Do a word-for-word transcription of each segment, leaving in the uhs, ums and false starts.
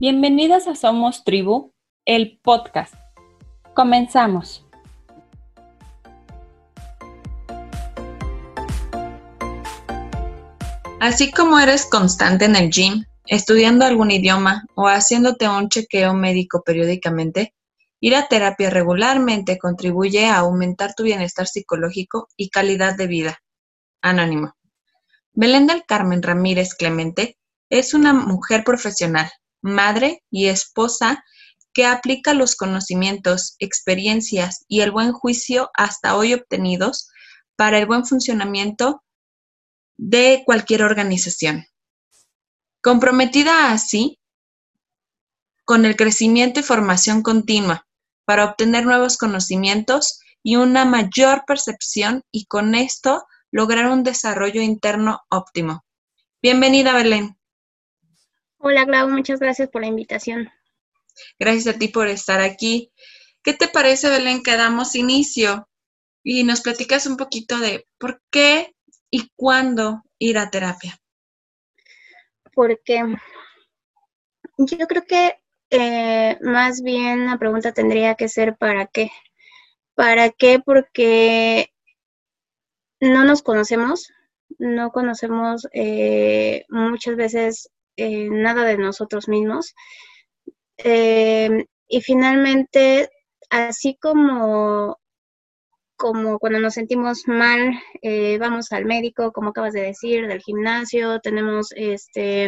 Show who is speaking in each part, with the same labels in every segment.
Speaker 1: Bienvenidas a Somos Tribu, el podcast. Comenzamos.
Speaker 2: Así como eres constante en el gym, estudiando algún idioma o haciéndote un chequeo médico periódicamente, ir a terapia regularmente contribuye a aumentar tu bienestar psicológico y calidad de vida. Anónimo. Belén del Carmen Ramírez Clemente es una mujer profesional, madre y esposa que aplica los conocimientos, experiencias y el buen juicio hasta hoy obtenidos para el buen funcionamiento de cualquier organización. Comprometida así con el crecimiento y formación continua para obtener nuevos conocimientos y una mayor percepción y con esto lograr un desarrollo interno óptimo. Bienvenida, Belén.
Speaker 3: Hola, Clau, muchas gracias por la invitación.
Speaker 2: Gracias a ti por estar aquí. ¿Qué te parece, Belén, que damos inicio y nos platicas un poquito de por qué y cuándo ir a terapia?
Speaker 3: Porque yo creo que eh, más bien la pregunta tendría que ser ¿para qué? ¿Para qué? Porque no nos conocemos, no conocemos eh, muchas veces eh, nada de nosotros mismos. Eh, y finalmente, así como, como cuando nos sentimos mal, eh, vamos al médico, como acabas de decir, del gimnasio, tenemos este...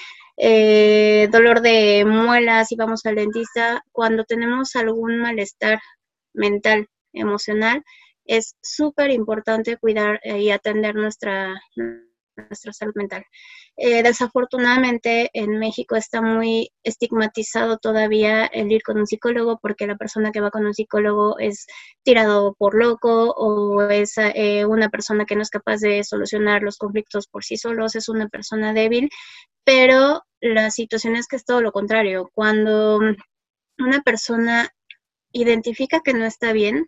Speaker 3: Eh, dolor de muelas y vamos al dentista, cuando tenemos algún malestar mental, emocional, es súper importante cuidar eh, y atender nuestra, nuestra salud mental. Eh, desafortunadamente en México está muy estigmatizado todavía el ir con un psicólogo porque la persona que va con un psicólogo es tirado por loco o es eh, una persona que no es capaz de solucionar los conflictos por sí solos, es una persona débil, pero la situación es que es todo lo contrario. Cuando una persona identifica que no está bien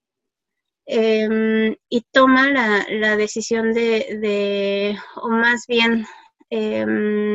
Speaker 3: eh, y toma la, la decisión de, de, o más bien eh,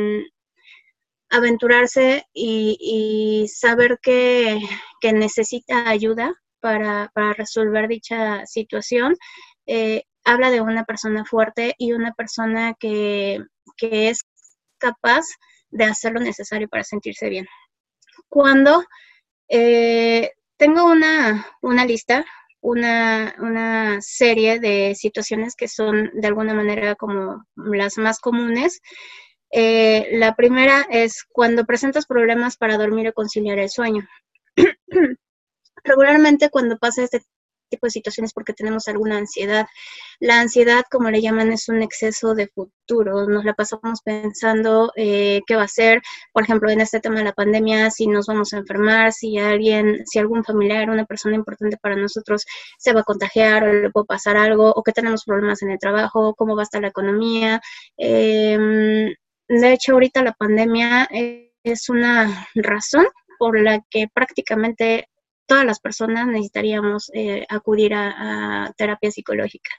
Speaker 3: aventurarse y, y saber que, que necesita ayuda para, para resolver dicha situación, eh, habla de una persona fuerte y una persona que, que es capaz de hacer lo necesario para sentirse bien. Cuando eh, tengo una, una lista, una, una serie de situaciones que son de alguna manera como las más comunes. Eh, la primera es cuando presentas problemas para dormir o conciliar el sueño. Regularmente cuando pasa este tipo de situaciones porque tenemos alguna ansiedad. La ansiedad, como le llaman, es un exceso de futuro. Nos la pasamos pensando eh, qué va a ser, por ejemplo, en este tema de la pandemia, si nos vamos a enfermar, si alguien, si algún familiar, una persona importante para nosotros se va a contagiar o le puede pasar algo, o que tenemos problemas en el trabajo, cómo va a estar la economía. Eh, de hecho, ahorita la pandemia es una razón por la que prácticamente todas las personas necesitaríamos eh, acudir a, a terapia psicológica.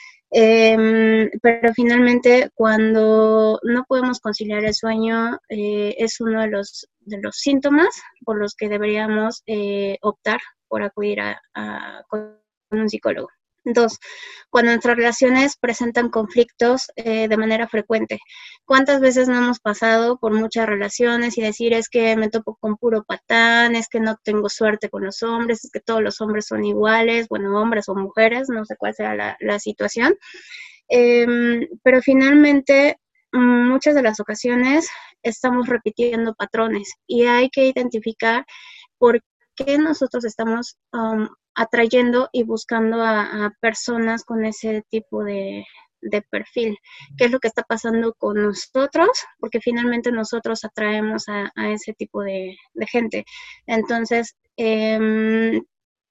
Speaker 3: Eh, pero finalmente, cuando no podemos conciliar el sueño, eh, es uno de los, de los síntomas por los que deberíamos eh, optar por acudir a, a, con un psicólogo. Dos, cuando nuestras relaciones presentan conflictos eh, de manera frecuente. ¿Cuántas veces no hemos pasado por muchas relaciones y decir es que me topo con puro patán, es que no tengo suerte con los hombres, es que todos los hombres son iguales, bueno, hombres o mujeres, no sé cuál sea la, la situación. Eh, pero finalmente, muchas de las ocasiones estamos repitiendo patrones y hay que identificar por qué nosotros estamos um, atrayendo y buscando a, a personas con ese tipo de, de perfil. ¿Qué es lo que está pasando con nosotros? Porque finalmente nosotros atraemos a, a ese tipo de, de gente. Entonces, eh,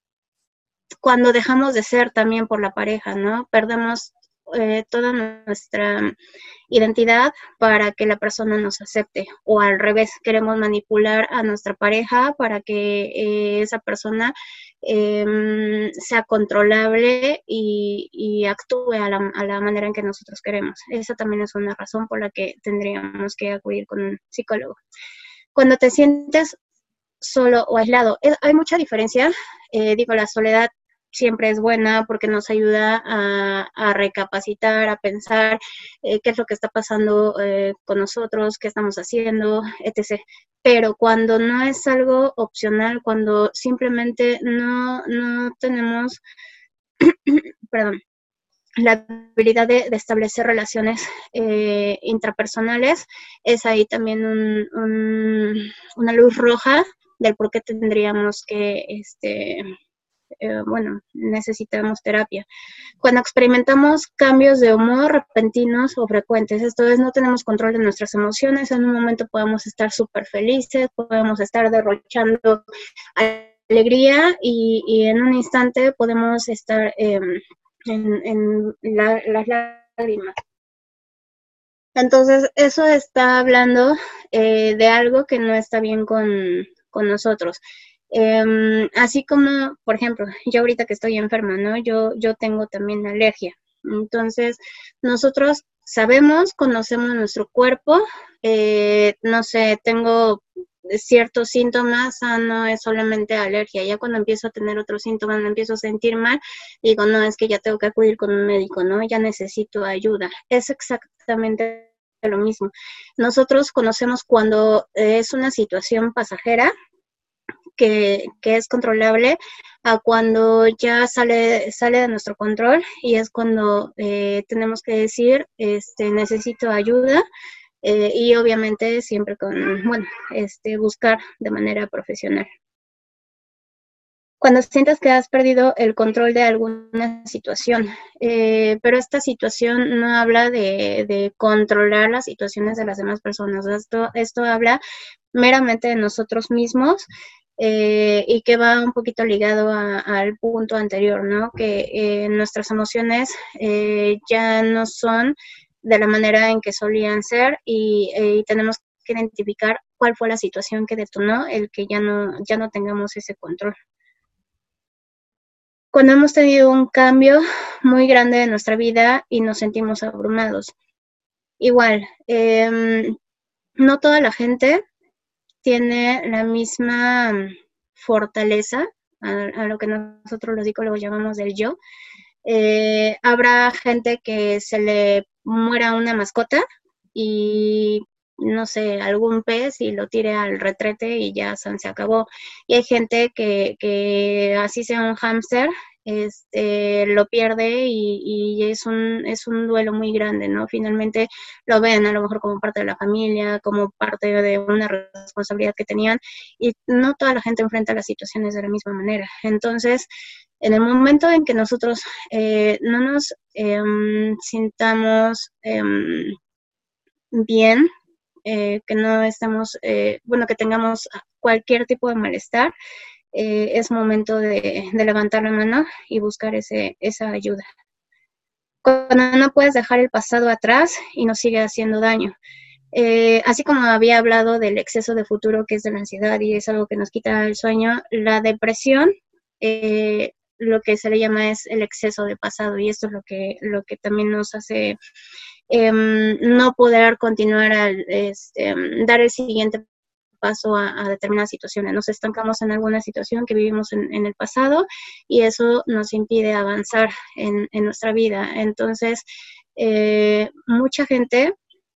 Speaker 3: cuando dejamos de ser también por la pareja, ¿no? Perdemos eh, toda nuestra identidad para que la persona nos acepte, o al revés, queremos manipular a nuestra pareja para que eh, esa persona eh, sea controlable y, y actúe a la, a la manera en que nosotros queremos. Esa también es una razón por la que tendríamos que acudir con un psicólogo. Cuando te sientes solo o aislado, es, hay mucha diferencia. Eh, digo, la soledad siempre es buena porque nos ayuda a, a recapacitar, a pensar eh, qué es lo que está pasando eh, con nosotros, qué estamos haciendo, etcétera. Pero cuando no es algo opcional, cuando simplemente no, no tenemos, perdón, la habilidad de, de establecer relaciones eh, intrapersonales, es ahí también un, un, una luz roja del por qué tendríamos que, este, eh, bueno, necesitamos terapia. Cuando experimentamos cambios de humor repentinos o frecuentes, esto es, no tenemos control de nuestras emociones, en un momento podemos estar súper felices, podemos estar derrochando alegría y, y en un instante podemos estar eh, en, en la, las lágrimas. Entonces, eso está hablando eh, de algo que no está bien con, con nosotros. Eh, así como, por ejemplo, yo ahorita que estoy enferma, ¿no? Yo, yo tengo también alergia. Entonces, nosotros sabemos, conocemos nuestro cuerpo, eh, no sé, tengo ciertos síntomas, ah, no es solamente alergia. Ya cuando empiezo a tener otros síntomas, me empiezo a sentir mal, digo, no, es que ya tengo que acudir con un médico, ¿no? Ya necesito ayuda. Es exactamente lo mismo. Nosotros conocemos cuando es una situación pasajera, que, que es controlable, a cuando ya sale, sale de nuestro control y es cuando eh, tenemos que decir, este, necesito ayuda. Eh, y obviamente siempre con, bueno, este, buscar de manera profesional. Cuando sientas que has perdido el control de alguna situación, eh, pero esta situación no habla de, de controlar las situaciones de las demás personas, esto, esto habla meramente de nosotros mismos, eh, y que va un poquito ligado a, al punto anterior, ¿no? Que eh, nuestras emociones eh, ya no son de la manera en que solían ser y, eh, y tenemos que identificar cuál fue la situación que detonó el que ya no, ya no tengamos ese control. Cuando hemos tenido un cambio muy grande en nuestra vida y nos sentimos abrumados. Igual, eh, no toda la gente tiene la misma fortaleza, a, a lo que nosotros los psicólogos llamamos del yo. Eh, habrá gente que se le muera una mascota y, no sé, algún pez y lo tire al retrete y ya se acabó. Y hay gente que, que así sea un hámster, este, lo pierde y, y es, un, es un duelo muy grande, ¿no? Finalmente lo ven a lo mejor como parte de la familia, como parte de una responsabilidad que tenían, y no toda la gente enfrenta las situaciones de la misma manera. Entonces, en el momento en que nosotros eh, no nos eh, sintamos eh, bien, eh, que no estemos, eh, bueno, que tengamos cualquier tipo de malestar, eh, es momento de, de levantar la mano y buscar ese, esa ayuda. Cuando no puedes dejar el pasado atrás y nos sigue haciendo daño. Eh, así como había hablado del exceso de futuro, que es de la ansiedad y es algo que nos quita el sueño, la depresión, eh, lo que se le llama es el exceso de pasado, y esto es lo que, lo que también nos hace eh, no poder continuar a este, dar el siguiente paso a, a determinadas situaciones. Nos estancamos en alguna situación que vivimos en, en el pasado y eso nos impide avanzar en, en nuestra vida. Entonces, eh, mucha gente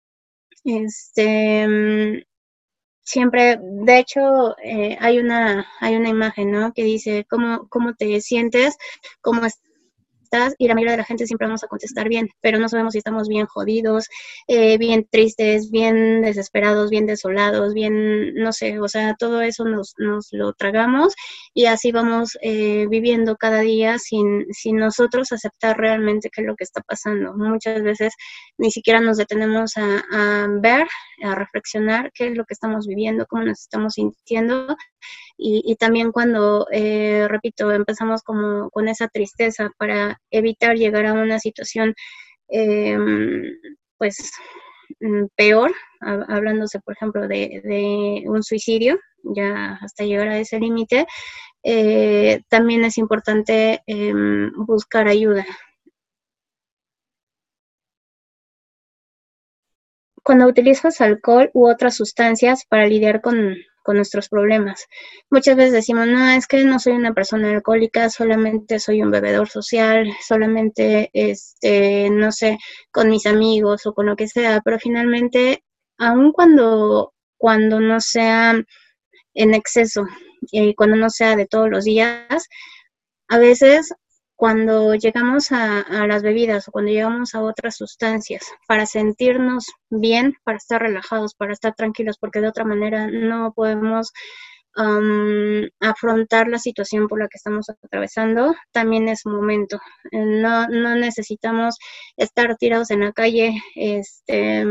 Speaker 3: este, siempre, de hecho, eh, hay una hay una imagen, ¿no? Que dice cómo, cómo te sientes, cómo estás, y la mayoría de la gente siempre vamos a contestar bien, pero no sabemos si estamos bien jodidos, eh, bien tristes, bien desesperados, bien desolados, bien, no sé, o sea, todo eso nos, nos lo tragamos y así vamos eh, viviendo cada día sin, sin nosotros aceptar realmente qué es lo que está pasando. Muchas veces ni siquiera nos detenemos a, a ver, a reflexionar qué es lo que estamos viviendo, cómo nos estamos sintiendo. Y, y también cuando, eh, repito, empezamos como con esa tristeza para evitar llegar a una situación, eh, pues, peor, hablándose, por ejemplo, de, de un suicidio, ya hasta llegar a ese límite, eh, también es importante eh, buscar ayuda. cuando utilizas alcohol u otras sustancias para lidiar con, con nuestros problemas. Muchas veces decimos, no, es que no soy una persona alcohólica, solamente soy un bebedor social, solamente, este, no sé, con mis amigos o con lo que sea, pero finalmente, aun cuando, cuando no sea en exceso, eh, cuando no sea de todos los días, a veces cuando llegamos a, a las bebidas o cuando llegamos a otras sustancias para sentirnos bien, para estar relajados, para estar tranquilos, porque de otra manera no podemos um, afrontar la situación por la que estamos atravesando, también es momento. No, no necesitamos estar tirados en la calle, este...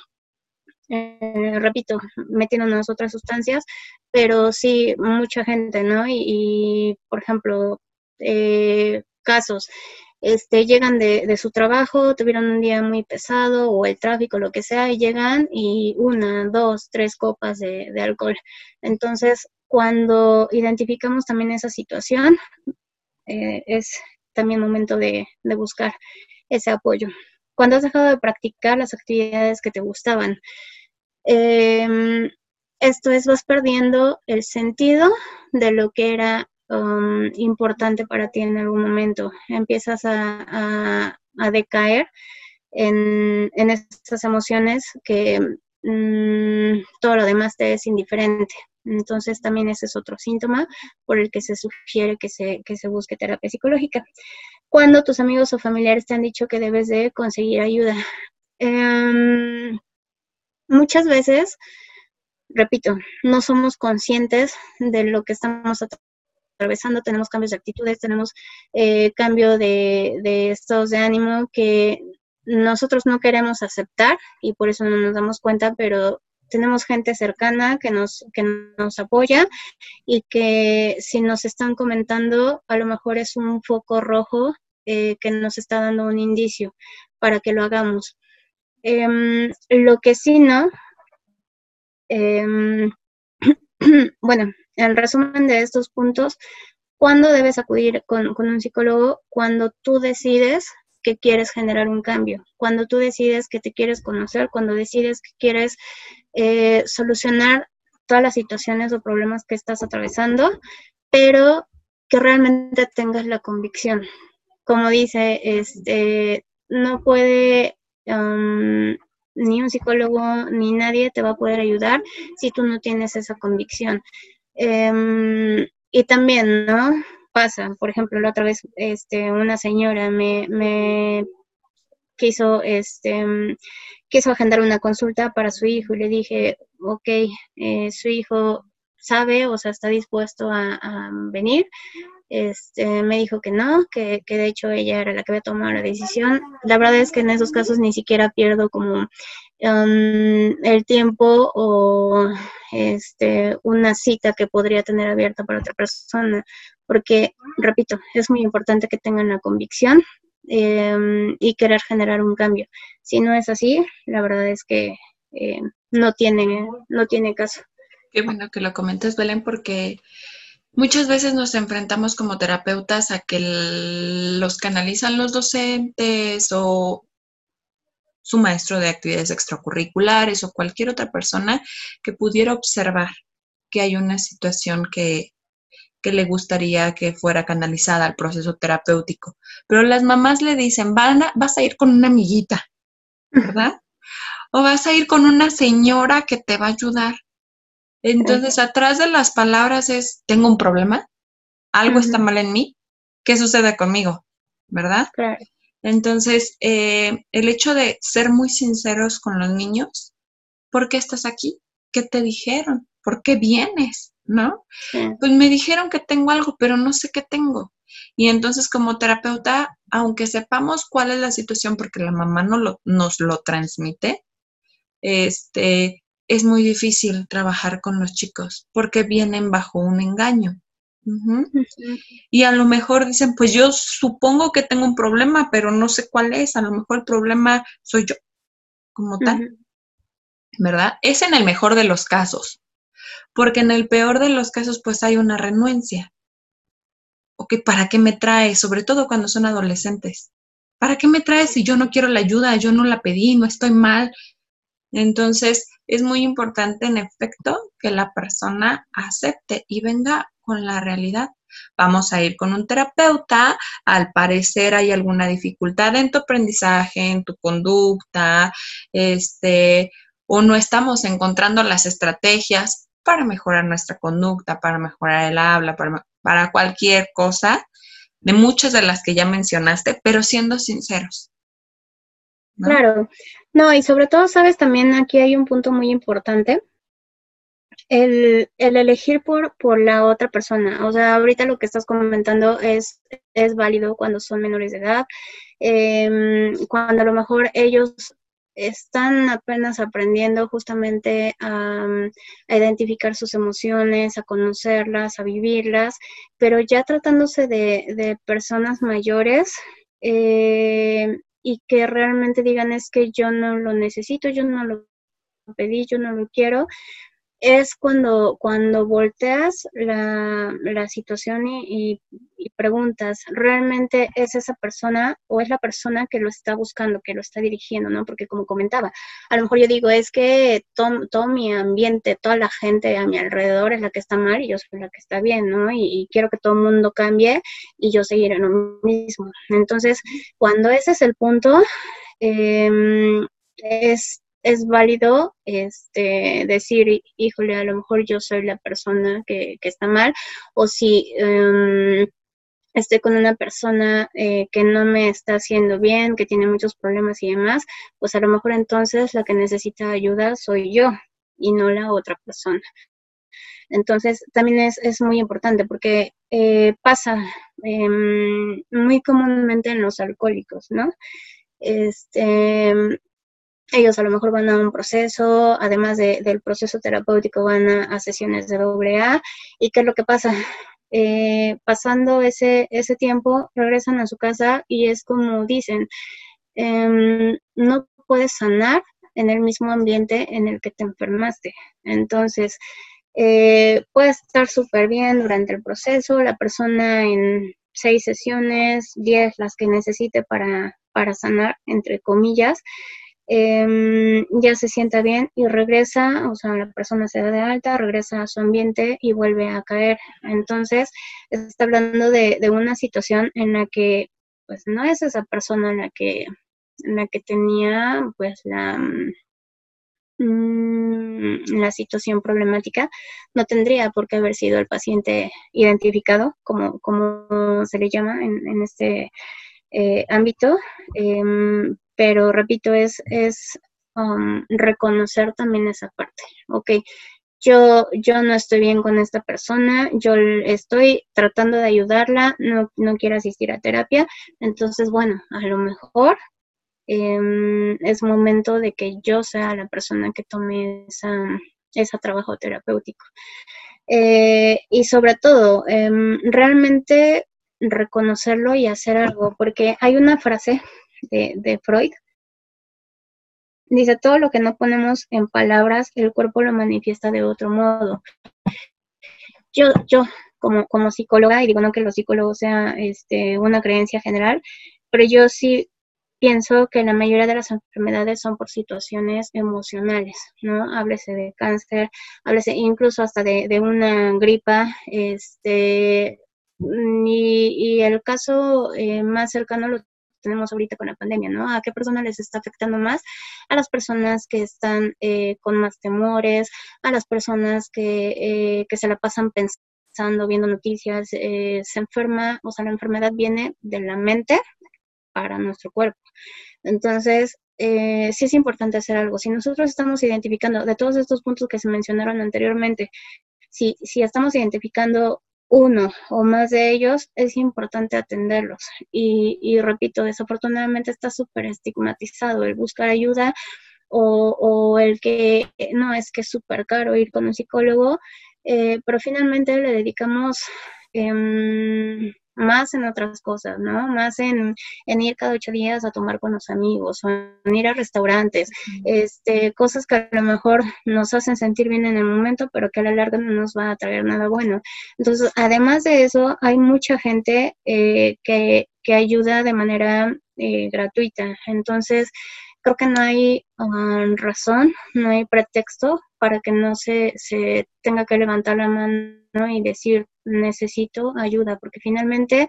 Speaker 3: Eh, repito, metiéndonos otras sustancias, pero sí, mucha gente, ¿no? Y, y por ejemplo, eh, casos, este, llegan de, de su trabajo, tuvieron un día muy pesado o el tráfico, lo que sea, y llegan y una, dos, tres copas de, de alcohol. Entonces, cuando identificamos también esa situación, eh, es también momento de, de buscar ese apoyo. Cuando has dejado de practicar las actividades que te gustaban, eh, esto es, vas perdiendo el sentido de lo que era um, importante para ti en algún momento. Empiezas a, a, a decaer en, en esas emociones que um, todo lo demás te es indiferente. Entonces también ese es otro síntoma por el que se sugiere que se, que se busque terapia psicológica. Cuando tus amigos o familiares te han dicho que debes de conseguir ayuda. Um, muchas veces, repito, no somos conscientes de lo que estamos atravesando, tenemos cambios de actitudes, tenemos eh, cambio de, de estados de ánimo que nosotros no queremos aceptar y por eso no nos damos cuenta, pero tenemos gente cercana que nos, que nos apoya y que si nos están comentando, a lo mejor es un foco rojo eh, que nos está dando un indicio para que lo hagamos. Eh, lo que sí, ¿no? Eh, bueno, en resumen de estos puntos, ¿cuándo debes acudir con, con un psicólogo? Cuando tú decides que quieres generar un cambio, cuando tú decides que te quieres conocer, cuando decides que quieres eh, solucionar todas las situaciones o problemas que estás atravesando, pero que realmente tengas la convicción. Como dice, este, no puede um, ni un psicólogo ni nadie te va a poder ayudar si tú no tienes esa convicción. Um, y también, ¿no? Pasa, por ejemplo, la otra vez este, una señora me, me quiso, este, quiso agendar una consulta para su hijo y le dije, ok, eh, su hijo sabe, o sea, está dispuesto a, a venir. Este, me dijo que no, que, que de hecho ella era la que había tomado la decisión. La verdad es que en esos casos ni siquiera pierdo como um, el tiempo o este, una cita que podría tener abierta para otra persona, porque, repito, es muy importante que tengan la convicción eh, y querer generar un cambio. Si no es así, la verdad es que eh, no tiene, no tiene caso.
Speaker 2: Qué bueno que lo comentes, Belén, porque muchas veces nos enfrentamos como terapeutas a que el, los canalizan los docentes o su maestro de actividades extracurriculares o cualquier otra persona que pudiera observar que hay una situación que, que le gustaría que fuera canalizada al proceso terapéutico. Pero las mamás le dicen, Van a, vas a ir con una amiguita, ¿verdad? O vas a ir con una señora que te va a ayudar. Entonces, atrás de las palabras es, tengo un problema, algo uh-huh. está mal en mí, ¿qué sucede conmigo? ¿Verdad?
Speaker 3: Claro.
Speaker 2: Entonces, eh, el hecho de ser muy sinceros con los niños, ¿por qué estás aquí? ¿Qué te dijeron? ¿Por qué vienes? ¿No?
Speaker 3: Sí.
Speaker 2: Pues me dijeron que tengo algo, pero no sé qué tengo. Y entonces, como terapeuta, aunque sepamos cuál es la situación, porque la mamá no lo, nos lo transmite, este... es muy difícil trabajar con los chicos porque vienen bajo un engaño. Uh-huh. Uh-huh. Y a lo mejor dicen, pues yo supongo que tengo un problema, pero no sé cuál es. A lo mejor el problema soy yo, como tal. Uh-huh. ¿Verdad? Es en el mejor de los casos. Porque en el peor de los casos, pues hay una renuencia. Ok, ¿para qué me traes? Sobre todo cuando son adolescentes. ¿Para qué me traes si yo no quiero la ayuda? Yo no la pedí, no estoy mal. Entonces, es muy importante, en efecto, que la persona acepte y venga con la realidad. Vamos a ir con un terapeuta, al parecer hay alguna dificultad en tu aprendizaje, en tu conducta, este, o no estamos encontrando las estrategias para mejorar nuestra conducta, para mejorar el habla, para, para cualquier cosa, de muchas de las que ya mencionaste, pero siendo sinceros, ¿no?
Speaker 3: Claro. No, y sobre todo, sabes, también aquí hay un punto muy importante, el, el elegir por, por la otra persona. O sea, ahorita lo que estás comentando es, es válido cuando son menores de edad, eh, cuando a lo mejor ellos están apenas aprendiendo justamente a, a identificar sus emociones, a conocerlas, a vivirlas, pero ya tratándose de, de personas mayores, eh, y que realmente digan, es que yo no lo necesito, yo no lo pedí, yo no lo quiero, es cuando, cuando volteas la, la situación y, y, y preguntas, ¿realmente es esa persona o es la persona que lo está buscando, que lo está dirigiendo, ¿no? Porque como comentaba, a lo mejor yo digo, es que todo, todo mi ambiente, toda la gente a mi alrededor es la que está mal y yo soy la que está bien, ¿no? Y, y quiero que todo el mundo cambie y yo seguir en lo mismo. Entonces, cuando ese es el punto, eh, es es válido este, decir, híjole, a lo mejor yo soy la persona que, que está mal, o si um, estoy con una persona eh, que no me está haciendo bien, que tiene muchos problemas y demás, pues a lo mejor entonces la que necesita ayuda soy yo y no la otra persona. Entonces, también es, es muy importante porque eh, pasa eh, muy comúnmente en los alcohólicos, ¿no? Este... Ellos a lo mejor van a un proceso, además de, del proceso terapéutico van a, a sesiones de doble A. ¿Y qué es lo que pasa? Eh, pasando ese, ese tiempo, regresan a su casa y es como dicen, eh, no puedes sanar en el mismo ambiente en el que te enfermaste. Entonces, eh, puede estar súper bien durante el proceso, la persona en seis sesiones, diez las que necesite para, para sanar, entre comillas, Eh, ya se sienta bien y regresa, o sea, la persona se da de alta, regresa a su ambiente y vuelve a caer. Entonces, está hablando de, de una situación en la que, pues, no es esa persona la que, la que tenía, pues, la, mmm, la situación problemática, no tendría por qué haber sido el paciente identificado, como, como se le llama en, en este eh, ámbito, eh, pero repito, es, es um, reconocer también esa parte. Ok, yo, yo no estoy bien con esta persona, yo estoy tratando de ayudarla, no, no quiero asistir a terapia, entonces, bueno, a lo mejor eh, es momento de que yo sea la persona que tome esa, ese trabajo terapéutico. Eh, y sobre todo, eh, realmente reconocerlo y hacer algo, porque hay una frase de, de Freud, dice, todo lo que no ponemos en palabras, el cuerpo lo manifiesta de otro modo. Yo, yo como, como psicóloga, y digo no que los psicólogos sea este, una creencia general, pero yo sí pienso que la mayoría de las enfermedades son por situaciones emocionales, ¿no? Háblese de cáncer, háblese incluso hasta de, de una gripa, este, y, y el caso eh, más cercano lo tenemos ahorita con la pandemia, ¿no? ¿A qué personas les está afectando más? A las personas que están eh, con más temores, a las personas que, eh, que se la pasan pensando, viendo noticias, eh, se enferma, o sea, la enfermedad viene de la mente para nuestro cuerpo. Entonces, eh, sí es importante hacer algo. Si nosotros estamos identificando de todos estos puntos que se mencionaron anteriormente, si, si estamos identificando uno o más de ellos, es importante atenderlos. Y, y repito, desafortunadamente está súper estigmatizado el buscar ayuda o, o el que no, es que es súper caro ir con un psicólogo, eh, pero finalmente le dedicamos eh, más en otras cosas, ¿no? Más en, en ir cada ocho días a tomar con los amigos o en ir a restaurantes, este, cosas que a lo mejor nos hacen sentir bien en el momento, pero que a la larga no nos va a traer nada bueno. Entonces, además de eso, hay mucha gente eh, que, que ayuda de manera eh, gratuita. Entonces, creo que no hay um, razón, no hay pretexto para que no se, se tenga que levantar la mano y decir necesito ayuda, porque finalmente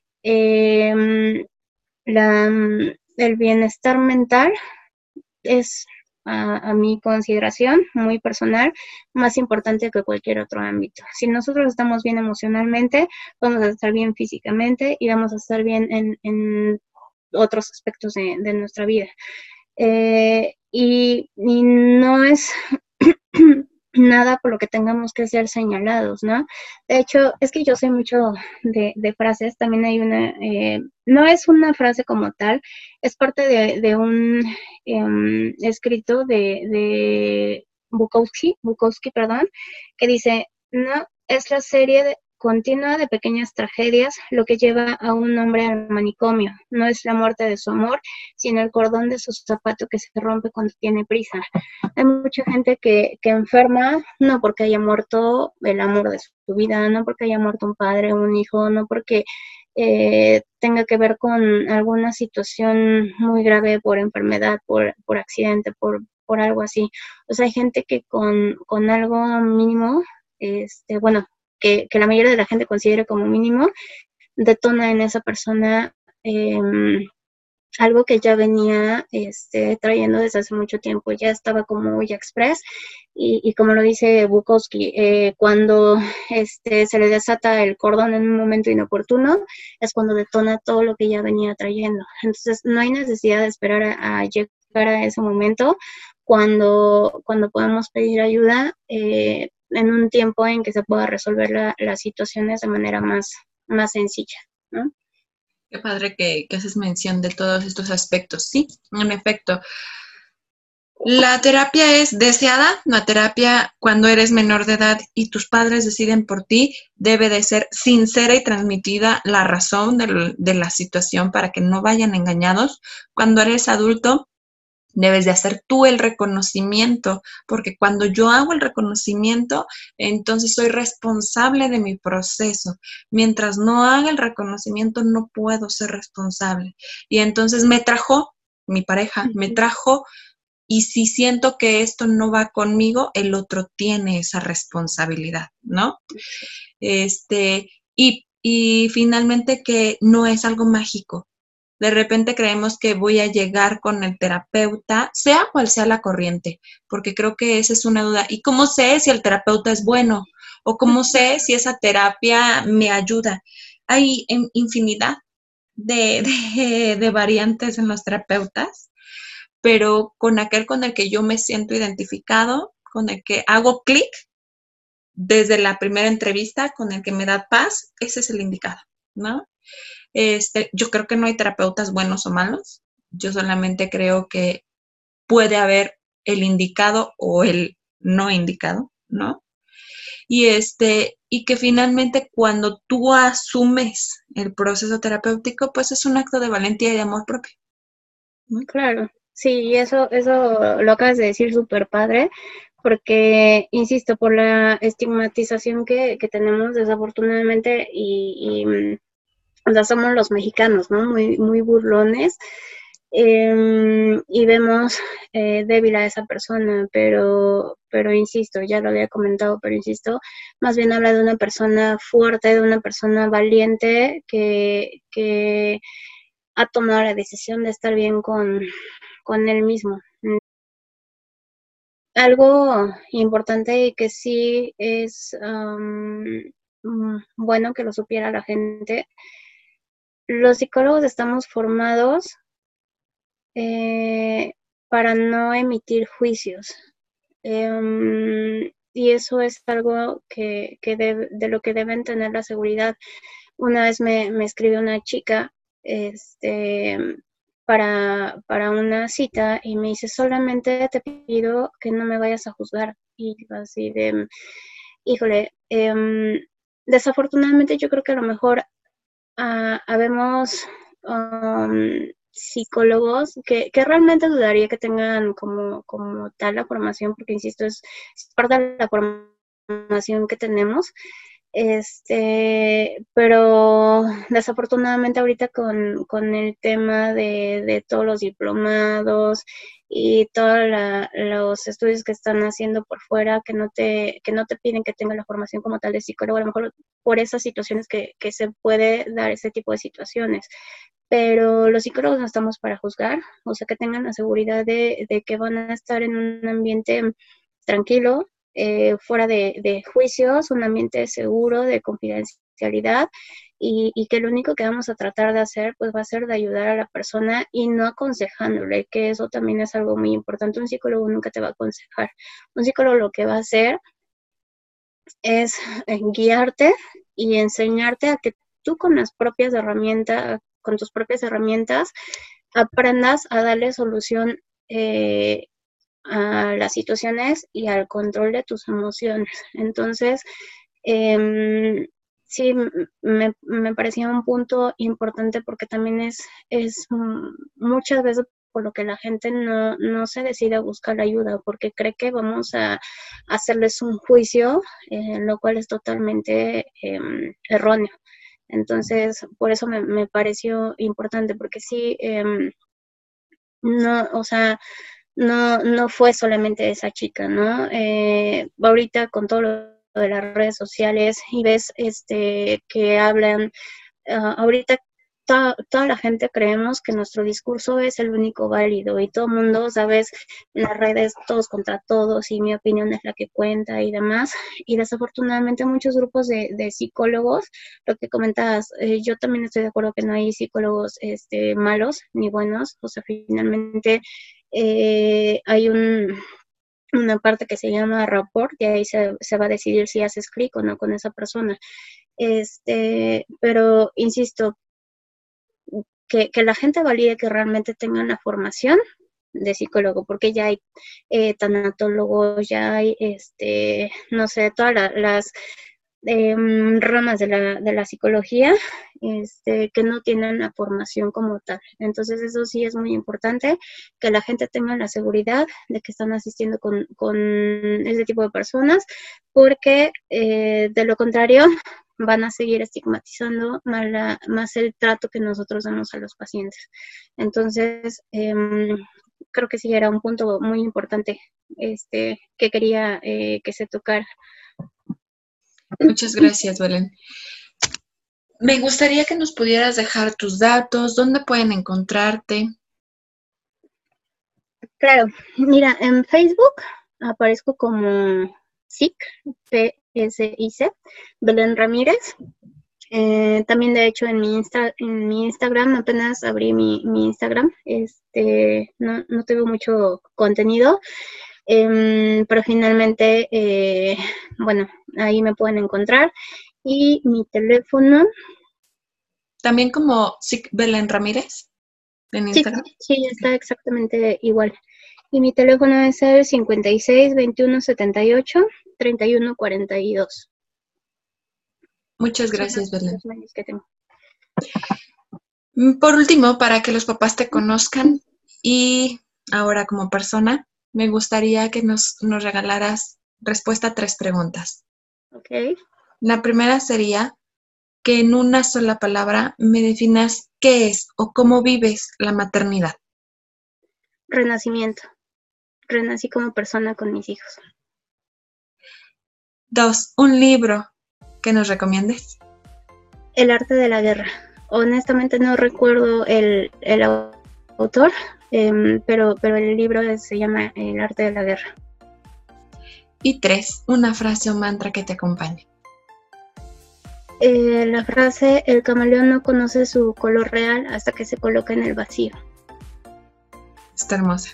Speaker 3: eh, la, el bienestar mental es, a, a mi consideración muy personal, más importante que cualquier otro ámbito. Si nosotros estamos bien emocionalmente, vamos a estar bien físicamente y vamos a estar bien en, en otros aspectos de, de nuestra vida. Eh, y, y no es nada por lo que tengamos que ser señalados, ¿no? De hecho, es que yo sé mucho de, de frases, también hay una, eh, no es una frase como tal, es parte de, de un eh, escrito de, de Bukowski, Bukowski, perdón, que dice, no, es la serie de, continua de pequeñas tragedias lo que lleva a un hombre al manicomio, no es la muerte de su amor, sino el cordón de su zapato que se rompe cuando tiene prisa. Hay mucha gente que, que enferma no porque haya muerto el amor de su vida, no porque haya muerto un padre, un hijo, no porque eh, tenga que ver con alguna situación muy grave por enfermedad, por, por accidente, por, por algo así. O sea, hay gente que con, con algo mínimo, este, bueno, que, que la mayoría de la gente considera como mínimo, detona en esa persona eh, algo que ya venía este, trayendo desde hace mucho tiempo, ya estaba como muy express y, y como lo dice Bukowski, eh, cuando este, se le desata el cordón en un momento inoportuno, es cuando detona todo lo que ya venía trayendo. Entonces no hay necesidad de esperar a, a llegar a ese momento cuando, cuando podemos pedir ayuda eh, en un tiempo en que se pueda resolver la, las situaciones de manera más, más sencilla, ¿no?
Speaker 2: Qué padre que, que haces mención de todos estos aspectos. Sí, en efecto. La terapia es deseada, la terapia cuando eres menor de edad y tus padres deciden por ti, debe de ser sincera y transmitida la razón de, de la situación para que no vayan engañados. Cuando eres adulto, debes de hacer tú el reconocimiento, porque cuando yo hago el reconocimiento, entonces soy responsable de mi proceso. Mientras no haga el reconocimiento, no puedo ser responsable. Y entonces me trajo, mi pareja me trajo, y si siento que esto no va conmigo, el otro tiene esa responsabilidad, ¿no? Este, y, y finalmente que no es algo mágico. De repente creemos que voy a llegar con el terapeuta, sea cual sea la corriente, porque creo que esa es una duda. ¿Y cómo sé si el terapeuta es bueno? ¿O cómo sé si esa terapia me ayuda? Hay infinidad de, de, de variantes en los terapeutas, pero con aquel con el que yo me siento identificado, con el que hago clic desde la primera entrevista, con el que me da paz, ese es el indicado, ¿no? Este, yo creo que no hay terapeutas buenos o malos. Yo solamente creo que puede haber el indicado o el no indicado, ¿no? Y este, y que finalmente cuando tú asumes el proceso terapéutico, pues es un acto de valentía y de amor propio,
Speaker 3: ¿no? Claro, sí, eso, eso lo acabas de decir súper padre, porque, insisto, por la estigmatización que, que tenemos desafortunadamente y, y o sea, somos los mexicanos, ¿no? Muy, muy burlones. Eh, y vemos eh, débil a esa persona, pero, pero insisto, ya lo había comentado, pero insisto, más bien habla de una persona fuerte, de una persona valiente que, que ha tomado la decisión de estar bien con, con él mismo. Algo importante y que sí es um, bueno que lo supiera la gente, los psicólogos estamos formados eh, para no emitir juicios. Eh, y eso es algo que, que de, de lo que deben tener la seguridad. Una vez me, me escribió una chica este, para, para una cita y me dice, solamente te pido que no me vayas a juzgar. Y así de, híjole, eh, desafortunadamente yo creo que a lo mejor uh, habemos um, psicólogos que, que realmente dudaría que tengan como, como tal la formación, porque insisto, es, es parte de la formación que tenemos, Este, pero desafortunadamente ahorita con, con el tema de, de todos los diplomados y todos los estudios que están haciendo por fuera, que no te, que no te piden que tengas la formación como tal de psicólogo, a lo mejor por esas situaciones que, que se puede dar ese tipo de situaciones. Pero los psicólogos no estamos para juzgar, o sea, que tengan la seguridad de, de que van a estar en un ambiente tranquilo, eh, fuera de, de juicios, un ambiente seguro, de confidencialidad, y, y que lo único que vamos a tratar de hacer pues va a ser de ayudar a la persona y no aconsejándole, que eso también es algo muy importante. Un psicólogo nunca te va a aconsejar. Un psicólogo lo que va a hacer es guiarte y enseñarte a que tú con las propias herramientas, con tus propias herramientas, aprendas a darle solución eh, a las situaciones y al control de tus emociones. Entonces, eh, sí, me, me parecía un punto importante porque también es, es muchas veces por lo que la gente no, no se decide a buscar ayuda, porque cree que vamos a hacerles un juicio, eh, lo cual es totalmente eh, erróneo. Entonces, por eso me, me pareció importante, porque sí, eh, no, o sea, no, no fue solamente esa chica, ¿no? Eh, ahorita con todo lo de las redes sociales y ves este que hablan, uh, ahorita to, toda la gente creemos que nuestro discurso es el único válido y todo el mundo, sabes, en las redes todos contra todos y mi opinión es la que cuenta y demás, y desafortunadamente muchos grupos de, de psicólogos, lo que comentabas, eh, yo también estoy de acuerdo que no hay psicólogos este, malos ni buenos, o sea, finalmente eh, hay un una parte que se llama rapport, y ahí se, se va a decidir si haces clic o no con esa persona. Este, pero insisto, que, que la gente valide que realmente tengan la formación de psicólogo, porque ya hay eh, tanatólogos, ya hay, este, no sé, todas la, las eh, ramas de la, de la psicología este, que no tienen la formación como tal. Entonces eso sí es muy importante, que la gente tenga la seguridad de que están asistiendo con, con ese tipo de personas, porque eh, de lo contrario van a seguir estigmatizando más, la, más el trato que nosotros damos a los pacientes. Entonces, eh, creo que sí era un punto muy importante este, que quería eh, que se tocara.
Speaker 2: Muchas gracias, Belén. Me gustaría que nos pudieras dejar tus datos, dónde pueden encontrarte.
Speaker 3: Claro, mira, en Facebook aparezco como S I C, P S I C, Belén Ramírez. Eh, también, de hecho, en mi, Insta, en mi Instagram, apenas abrí mi, mi Instagram, este, no, no tengo mucho contenido, eh, pero finalmente, eh, bueno, ahí me pueden encontrar. Y mi teléfono.
Speaker 2: ¿También como S I C Belén Ramírez en Instagram?
Speaker 3: Sí, sí, está exactamente igual. Y mi teléfono es el cincuenta y seis, veintiuno, setenta y ocho, treinta y uno, cuarenta y dos.
Speaker 2: Muchas gracias, Belén.
Speaker 3: Que tengo.
Speaker 2: Por último, para que los papás te conozcan y ahora como persona, me gustaría que nos, nos regalaras respuesta a tres preguntas.
Speaker 3: Ok.
Speaker 2: La primera sería que en una sola palabra me definas qué es o cómo vives la maternidad.
Speaker 3: Renacimiento. Renací como persona con mis hijos.
Speaker 2: Dos, un libro que nos recomiendes.
Speaker 3: El arte de la guerra. Honestamente no recuerdo el, el autor, eh, pero, pero el libro se llama El arte de la guerra.
Speaker 2: Y tres, una frase o mantra que te acompañe.
Speaker 3: Eh, la frase, el camaleón no conoce su color real hasta que se coloca en el vacío.
Speaker 2: Está hermosa.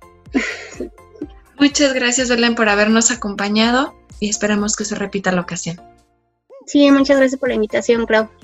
Speaker 2: Muchas gracias, Belén, por habernos acompañado y esperamos que se repita la ocasión.
Speaker 3: Sí, muchas gracias por la invitación, Clau.